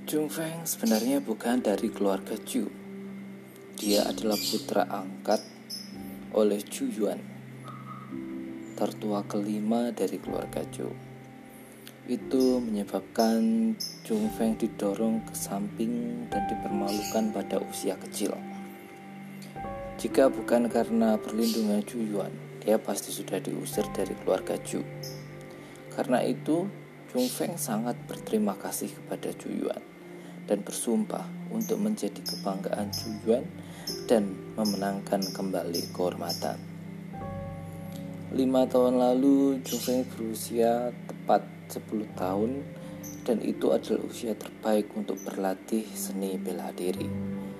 Jung Feng sebenarnya bukan dari keluarga Chu. Dia adalah putra angkat oleh Chu Yuan, tertua kelima dari keluarga Chu. Itu menyebabkan Jung Feng didorong ke samping dan dipermalukan pada usia kecil. Jika bukan karena perlindungan Chu Yuan, dia pasti sudah diusir dari keluarga Chu. Karena itu, Jung Feng sangat berterima kasih kepada Chu Yuan dan bersumpah untuk menjadi kebanggaan Chu Yuan dan memenangkan kembali kehormatan. 5 tahun lalu, Jung Feng berusia tepat 10 tahun dan itu adalah usia terbaik untuk berlatih seni bela diri.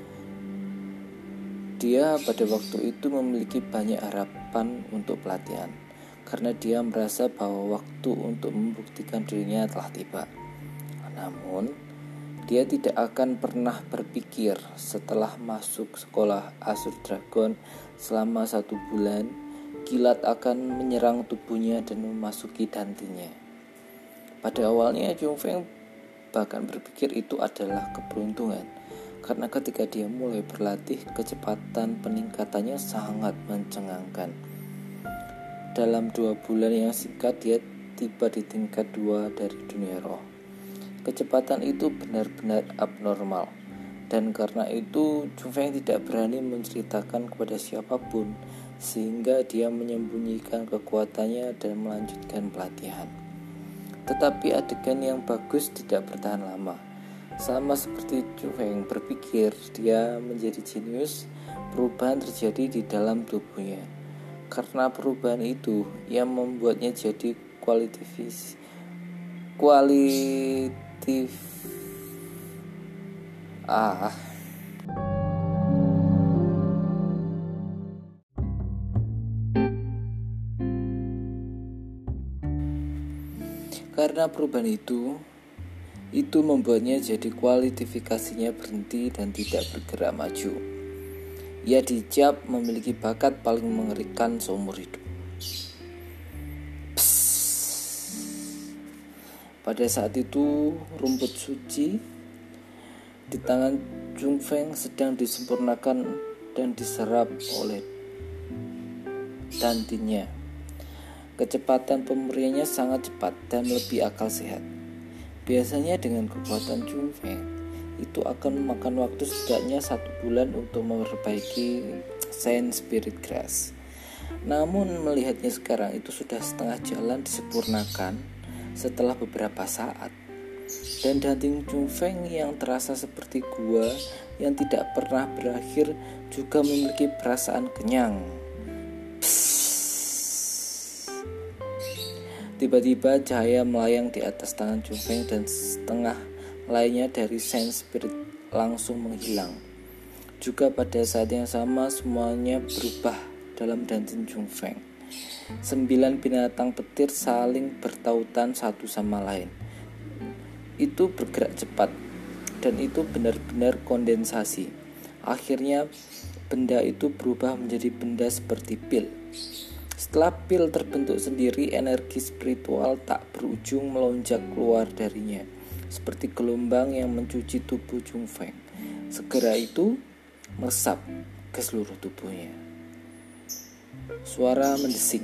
Dia pada waktu itu memiliki banyak harapan untuk pelatihan karena dia merasa bahwa waktu untuk membuktikan dirinya telah tiba. Namun, dia tidak akan pernah berpikir setelah masuk sekolah Azure Dragon selama 1 bulan, kilat akan menyerang tubuhnya dan memasuki dantinya. Pada awalnya Jung Feng bahkan berpikir itu adalah keberuntungan, karena ketika dia mulai berlatih, kecepatan peningkatannya sangat mencengangkan. Dalam 2 bulan yang singkat, dia tiba di tingkat 2 dari dunia roh. Kecepatan itu benar-benar abnormal, dan karena itu Jung Feng tidak berani menceritakan kepada siapapun, sehingga dia menyembunyikan kekuatannya dan melanjutkan pelatihan. Tetapi adegan yang bagus tidak bertahan lama. Sama seperti Jung Feng berpikir dia menjadi jenius, perubahan terjadi di dalam tubuhnya. Karena perubahan itu yang membuatnya jadi kualitif. Karena perubahan itu membuatnya jadi kualifikasinya berhenti dan tidak bergerak maju. Ia dicap memiliki bakat paling mengerikan seumur hidup. Pada saat itu, rumput suci di tangan Jung Feng sedang disempurnakan dan diserap oleh dantinya. Kecepatan pemberiannya sangat cepat dan lebih akal sehat. Biasanya dengan kekuatan Jung Feng, itu akan memakan waktu setidaknya 1 bulan untuk memperbaiki Saint Spirit Grass. Namun melihatnya sekarang itu sudah setengah jalan disempurnakan setelah beberapa saat. Dan danting Jung Feng yang terasa seperti gua yang tidak pernah berakhir juga memiliki perasaan kenyang. Tiba-tiba cahaya melayang di atas tangan Jung Feng dan setengah lainnya dari Saint Spirit langsung menghilang. Juga pada saat yang sama semuanya berubah dalam dantin Jung Feng. 9 binatang petir saling bertautan satu sama lain. Itu bergerak cepat dan itu benar-benar kondensasi. Akhirnya benda itu berubah menjadi benda seperti pil. Setelah pil terbentuk sendiri, energi spiritual tak berujung melonjak keluar darinya, seperti gelombang yang mencuci tubuh Jung Feng. Segera itu meresap ke seluruh tubuhnya. Suara mendesing.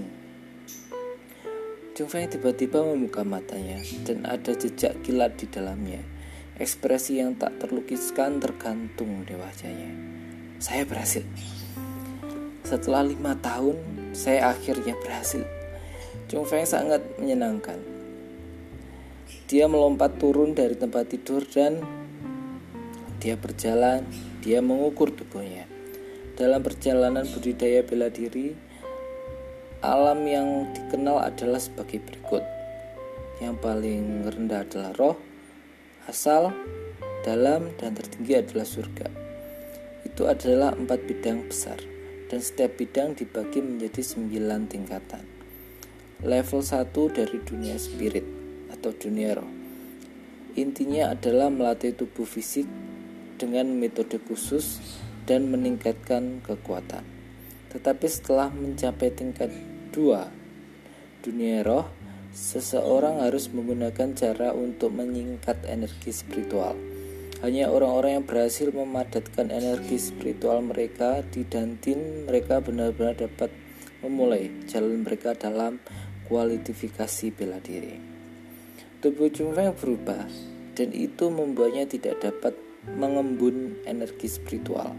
Jung Feng tiba-tiba membuka matanya dan ada jejak kilat di dalamnya. Ekspresi yang tak terlukiskan tergantung di wajahnya. Saya berhasil. Setelah 5 tahun, saya akhirnya berhasil. Jung Feng sangat menyenangkan. Dia melompat turun dari tempat tidur dan dia berjalan. Dia mengukur tubuhnya. Dalam perjalanan budidaya bela diri, alam yang dikenal adalah sebagai berikut. Yang paling rendah adalah roh, asal, dalam, dan tertinggi adalah surga. Itu adalah 4 bidang besar, dan setiap bidang dibagi menjadi 9 tingkatan. Level 1 dari dunia spirit atau dunia roh. Intinya adalah melatih tubuh fisik dengan metode khusus dan meningkatkan kekuatan. Tetapi setelah mencapai tingkat 2 dunia roh, seseorang harus menggunakan cara untuk menyingkat energi spiritual. Hanya orang-orang yang berhasil memadatkan energi spiritual mereka di Dantin, mereka benar-benar dapat memulai jalan mereka dalam kualifikasi bela diri. Tubuh Chun Feng berubah, dan itu membuatnya tidak dapat mengembun energi spiritual.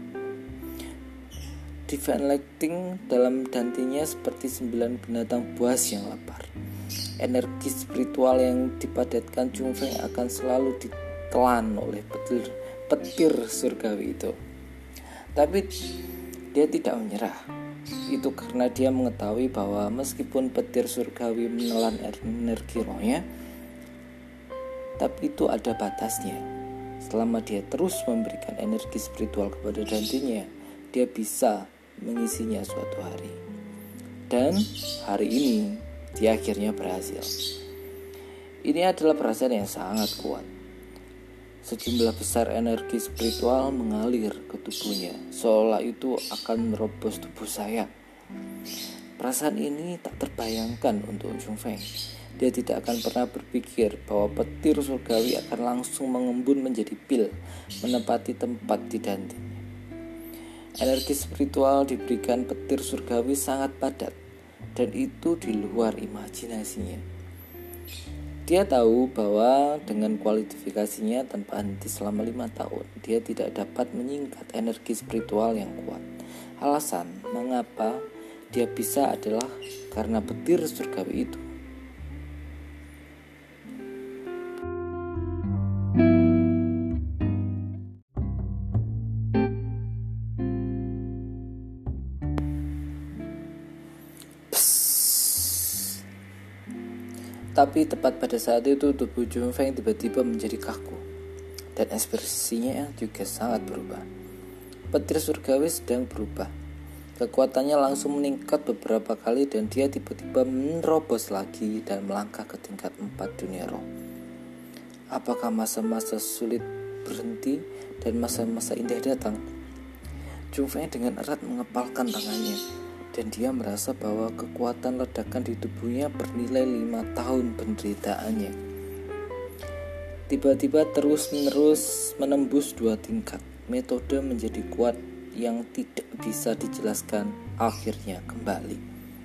Divine Lighting dalam Dantinya seperti 9 binatang buas yang lapar. Energi spiritual yang dipadatkan Chun Feng akan selalu ditelan oleh petir surgawi itu. Tapi dia tidak menyerah. Itu karena dia mengetahui bahwa meskipun petir surgawi menelan energi rohnya, tapi itu ada batasnya. Selama dia terus memberikan energi spiritual kepada Dantinya, dia bisa mengisinya suatu hari. Dan hari ini dia akhirnya berhasil. Ini adalah perasaan yang sangat kuat. Sejumlah besar energi spiritual mengalir ke tubuhnya, seolah itu akan merobos tubuh saya. Perasaan ini tak terbayangkan untuk Chun Feng. Dia tidak akan pernah berpikir bahwa petir surgawi akan langsung mengembun menjadi pil, menempati tempat di Dantin. Energi spiritual diberikan petir surgawi sangat padat, dan itu di luar imajinasinya. Dia tahu bahwa dengan kualifikasinya tanpa henti selama 5 tahun, dia tidak dapat menyingkat energi spiritual yang kuat. Alasan mengapa dia bisa adalah karena petir surgawi itu. Tapi tepat pada saat itu tubuh Chun Feng tiba-tiba menjadi kaku, dan ekspresinya juga sangat berubah. Petir surgawi sedang berubah. Kekuatannya langsung meningkat beberapa kali dan dia tiba-tiba menerobos lagi dan melangkah ke tingkat 4 dunia roh. Apakah masa-masa sulit berhenti dan masa-masa indah datang? Chun Feng dengan erat mengepalkan tangannya, dan dia merasa bahwa kekuatan ledakan di tubuhnya bernilai 5 tahun penderitaannya. Tiba-tiba terus-menerus menembus 2 tingkat. Metode menjadi kuat yang tidak bisa dijelaskan akhirnya kembali.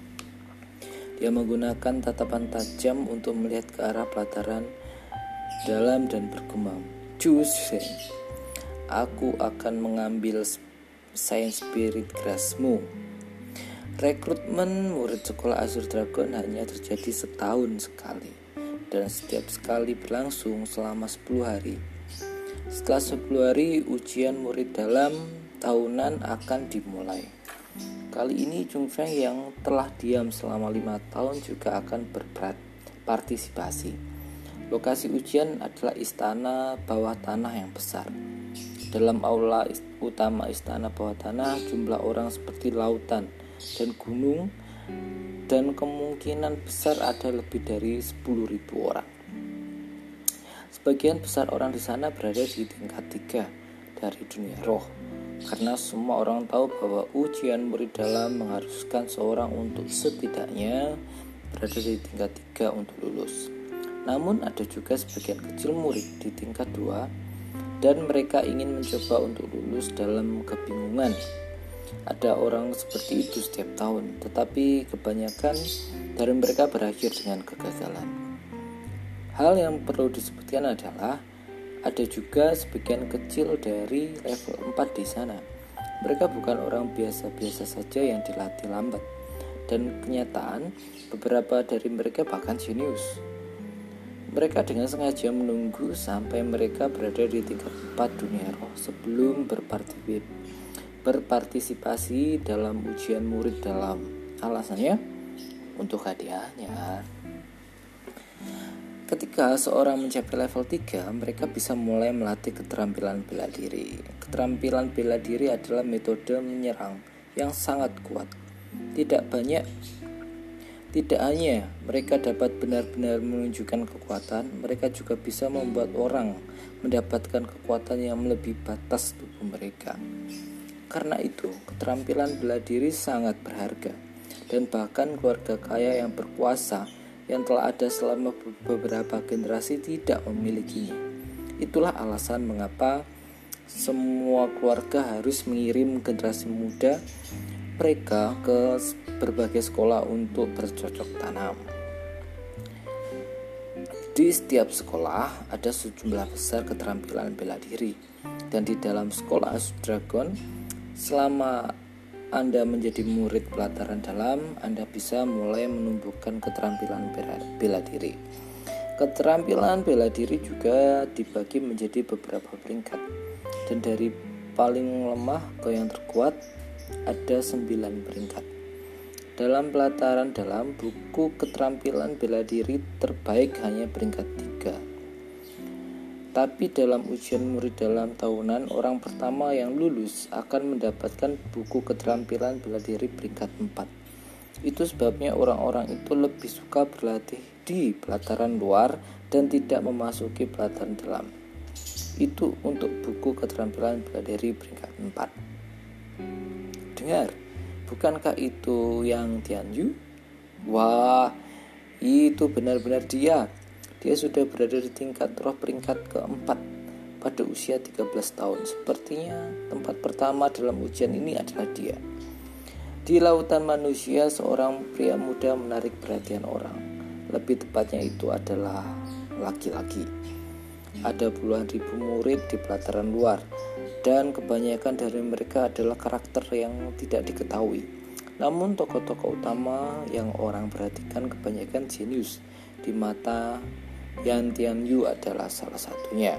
Dia menggunakan tatapan tajam untuk melihat ke arah pelataran dalam dan bergumam, "Chu Shen, aku akan mengambil Science Spirit Grassmu." Rekrutmen murid sekolah Azure Dragon hanya terjadi setahun sekali, dan setiap sekali berlangsung selama 10 hari. Setelah 10 hari, ujian murid dalam tahunan akan dimulai. Kali ini Chun Feng yang telah diam selama 5 tahun juga akan berpartisipasi. Lokasi ujian adalah istana bawah tanah yang besar. Dalam aula utama istana bawah tanah, jumlah orang seperti lautan dan gunung, dan kemungkinan besar ada lebih dari 10.000 orang. Sebagian besar orang di sana berada di tingkat 3 dari dunia roh, karena semua orang tahu bahwa ujian murid dalam mengharuskan seorang untuk setidaknya berada di tingkat 3 untuk lulus. Namun ada juga sebagian kecil murid di tingkat 2, dan mereka ingin mencoba untuk lulus dalam kebingungan. Ada orang seperti itu setiap tahun, tetapi kebanyakan dari mereka berakhir dengan kegagalan. Hal yang perlu disebutkan adalah ada juga sebagian kecil dari level 4 di sana. Mereka bukan orang biasa-biasa saja yang dilatih lambat, dan kenyataan beberapa dari mereka bahkan jenius. Mereka dengan sengaja menunggu sampai mereka berada di tingkat 4 dunia roh sebelum berpartisipasi dalam ujian murid dalam. Alasannya untuk hadiahnya. Ketika seorang mencapai level 3, mereka bisa mulai melatih keterampilan bela diri. Keterampilan bela diri adalah metode menyerang yang sangat kuat. Tidak hanya mereka dapat benar-benar menunjukkan kekuatan, mereka juga bisa membuat orang mendapatkan kekuatan yang melebihi batas tubuh mereka. Karena itu, keterampilan bela diri sangat berharga, dan bahkan keluarga kaya yang berkuasa yang telah ada selama beberapa generasi tidak memilikinya. Itulah alasan mengapa semua keluarga harus mengirim generasi muda mereka ke berbagai sekolah untuk bercocok tanam. Di setiap sekolah ada sejumlah besar keterampilan bela diri, dan di dalam sekolah Asuh Dragon, selama Anda menjadi murid pelataran dalam, Anda bisa mulai menumbuhkan keterampilan bela diri. Keterampilan bela diri juga dibagi menjadi beberapa peringkat, dan dari paling lemah ke yang terkuat ada 9 peringkat. Dalam pelataran dalam, buku keterampilan bela diri terbaik hanya peringkat 3. Tapi dalam ujian murid dalam tahunan, orang pertama yang lulus akan mendapatkan buku keterampilan bela diri peringkat 4. Itu sebabnya orang-orang itu lebih suka berlatih di pelataran luar dan tidak memasuki pelataran dalam. Itu untuk buku keterampilan bela diri peringkat 4. Dengar, bukankah itu yang Tianyu? Wah, itu benar-benar dia. Dia sudah berada di tingkat roh peringkat keempat pada usia 13 tahun. Sepertinya tempat pertama dalam ujian ini adalah dia. Di lautan manusia, seorang pria muda menarik perhatian orang. Lebih tepatnya itu adalah laki-laki. Ada puluhan ribu murid di pelataran luar, dan kebanyakan dari mereka adalah karakter yang tidak diketahui. Namun tokoh-tokoh utama yang orang perhatikan kebanyakan jenius. Di mata Yan Tianyu adalah salah satunya.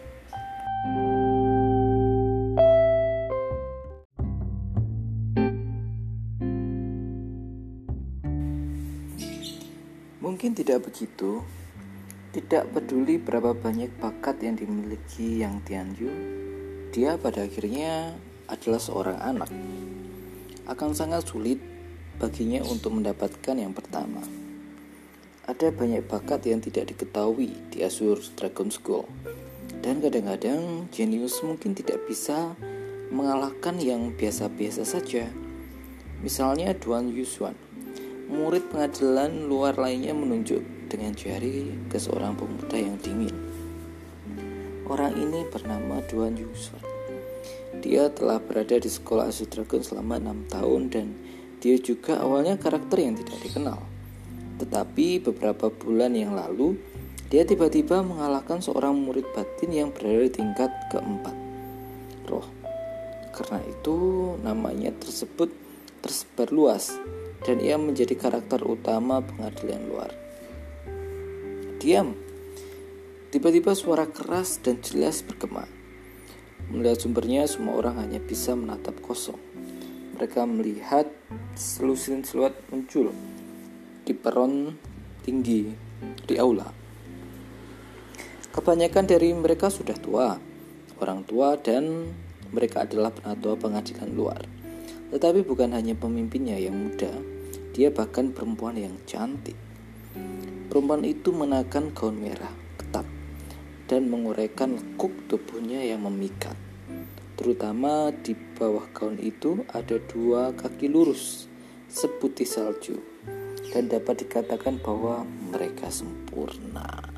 Mungkin tidak begitu. Tidak peduli berapa banyak bakat yang dimiliki Yang Tianyu, dia pada akhirnya adalah seorang anak. Akan sangat sulit baginya untuk mendapatkan yang pertama. Ada banyak bakat yang tidak diketahui di Asuh Dragon School, dan kadang-kadang jenius mungkin tidak bisa mengalahkan yang biasa-biasa saja. Misalnya Duan Yusuan, murid pengadilan luar lainnya menunjuk dengan jari ke seorang pemuda yang dingin. Orang ini bernama Duan Yusuan. Dia telah berada di sekolah Asuh Dragon selama 6 tahun, dan dia juga awalnya karakter yang tidak dikenal. Tetapi beberapa bulan yang lalu, dia tiba-tiba mengalahkan seorang murid batin yang berada di tingkat keempat roh. Karena itu namanya tersebut tersebar luas, dan ia menjadi karakter utama pengadilan luar. Diam! Tiba-tiba suara keras dan jelas bergema. Melihat sumbernya, semua orang hanya bisa menatap kosong. Mereka melihat selusin siluet muncul di peron tinggi di aula. Kebanyakan dari mereka sudah tua, orang tua, dan mereka adalah penatua pengadilan luar. Tetapi bukan hanya pemimpinnya yang muda, dia bahkan perempuan yang cantik. Perempuan itu mengenakan gaun merah ketat dan menguraikan lekuk tubuhnya yang memikat. Terutama di bawah gaun itu ada 2 kaki lurus seputih salju, dan dapat dikatakan bahwa mereka sempurna.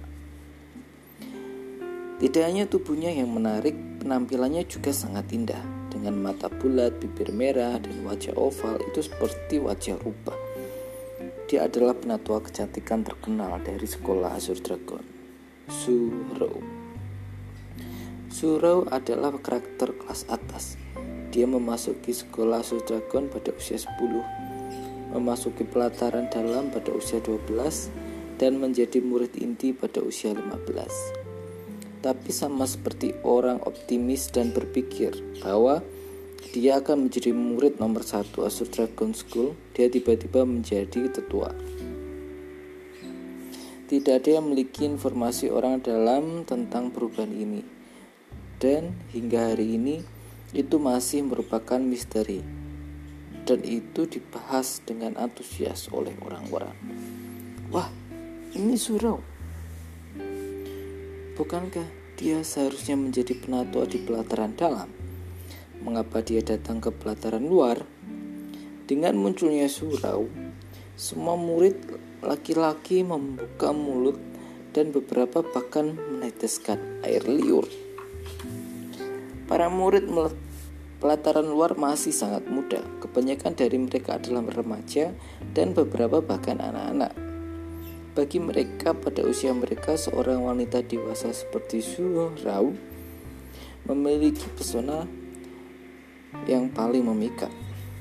Tidak hanya tubuhnya yang menarik, penampilannya juga sangat indah, dengan mata bulat, bibir merah, dan wajah oval itu seperti wajah rubah. Dia adalah penatua kecantikan terkenal dari sekolah Asuh Dragon, Su Rou. Su Rou adalah karakter kelas atas. Dia memasuki sekolah Asuh Dragon pada usia 10, memasuki pelataran dalam pada usia 12, dan menjadi murid inti pada usia 15. Tapi sama seperti orang optimis dan berpikir bahwa dia akan menjadi murid nomor 1 Asuh Dragon School, dia tiba-tiba menjadi tetua. Tidak ada yang memiliki informasi orang dalam tentang perubahan ini, dan hingga hari ini itu masih merupakan misteri, dan itu dibahas dengan antusias oleh orang-orang. Wah, ini Su Rou. Bukankah dia seharusnya menjadi penatua di pelataran dalam? Mengapa dia datang ke pelataran luar? Dengan munculnya Su Rou, semua murid laki-laki membuka mulut dan beberapa bahkan meneteskan air liur. Para murid pelataran luar masih sangat muda. Kebanyakan dari mereka adalah remaja dan beberapa bahkan anak-anak. Bagi mereka pada usia mereka, seorang wanita dewasa seperti Surau memiliki pesona yang paling memikat.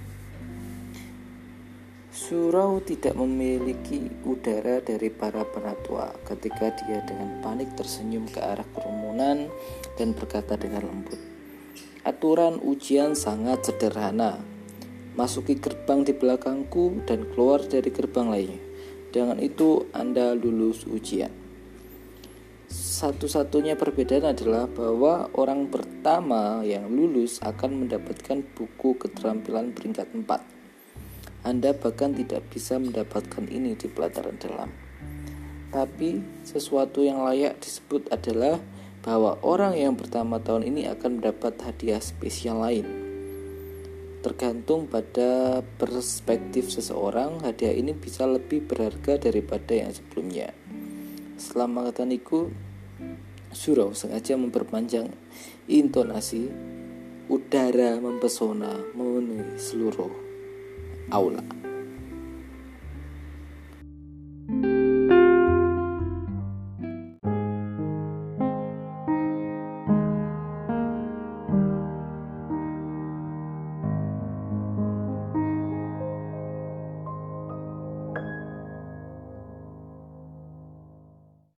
Surau tidak memiliki udara dari para penatua ketika dia dengan panik tersenyum ke arah kerumunan dan berkata dengan lembut, "Aturan ujian sangat sederhana. Masuki gerbang di belakangku dan keluar dari gerbang lainnya. Dengan itu Anda lulus ujian." Satu-satunya perbedaan adalah bahwa orang pertama yang lulus akan mendapatkan buku keterampilan peringkat 4. Anda bahkan tidak bisa mendapatkan ini di pelataran dalam. Tapi sesuatu yang layak disebut adalah bahwa orang yang pertama tahun ini akan mendapat hadiah spesial lain. Tergantung pada perspektif seseorang, hadiah ini bisa lebih berharga daripada yang sebelumnya. Setelah mengatakan itu, Surau sengaja memperpanjang intonasi. Udara mempesona memenuhi seluruh aula.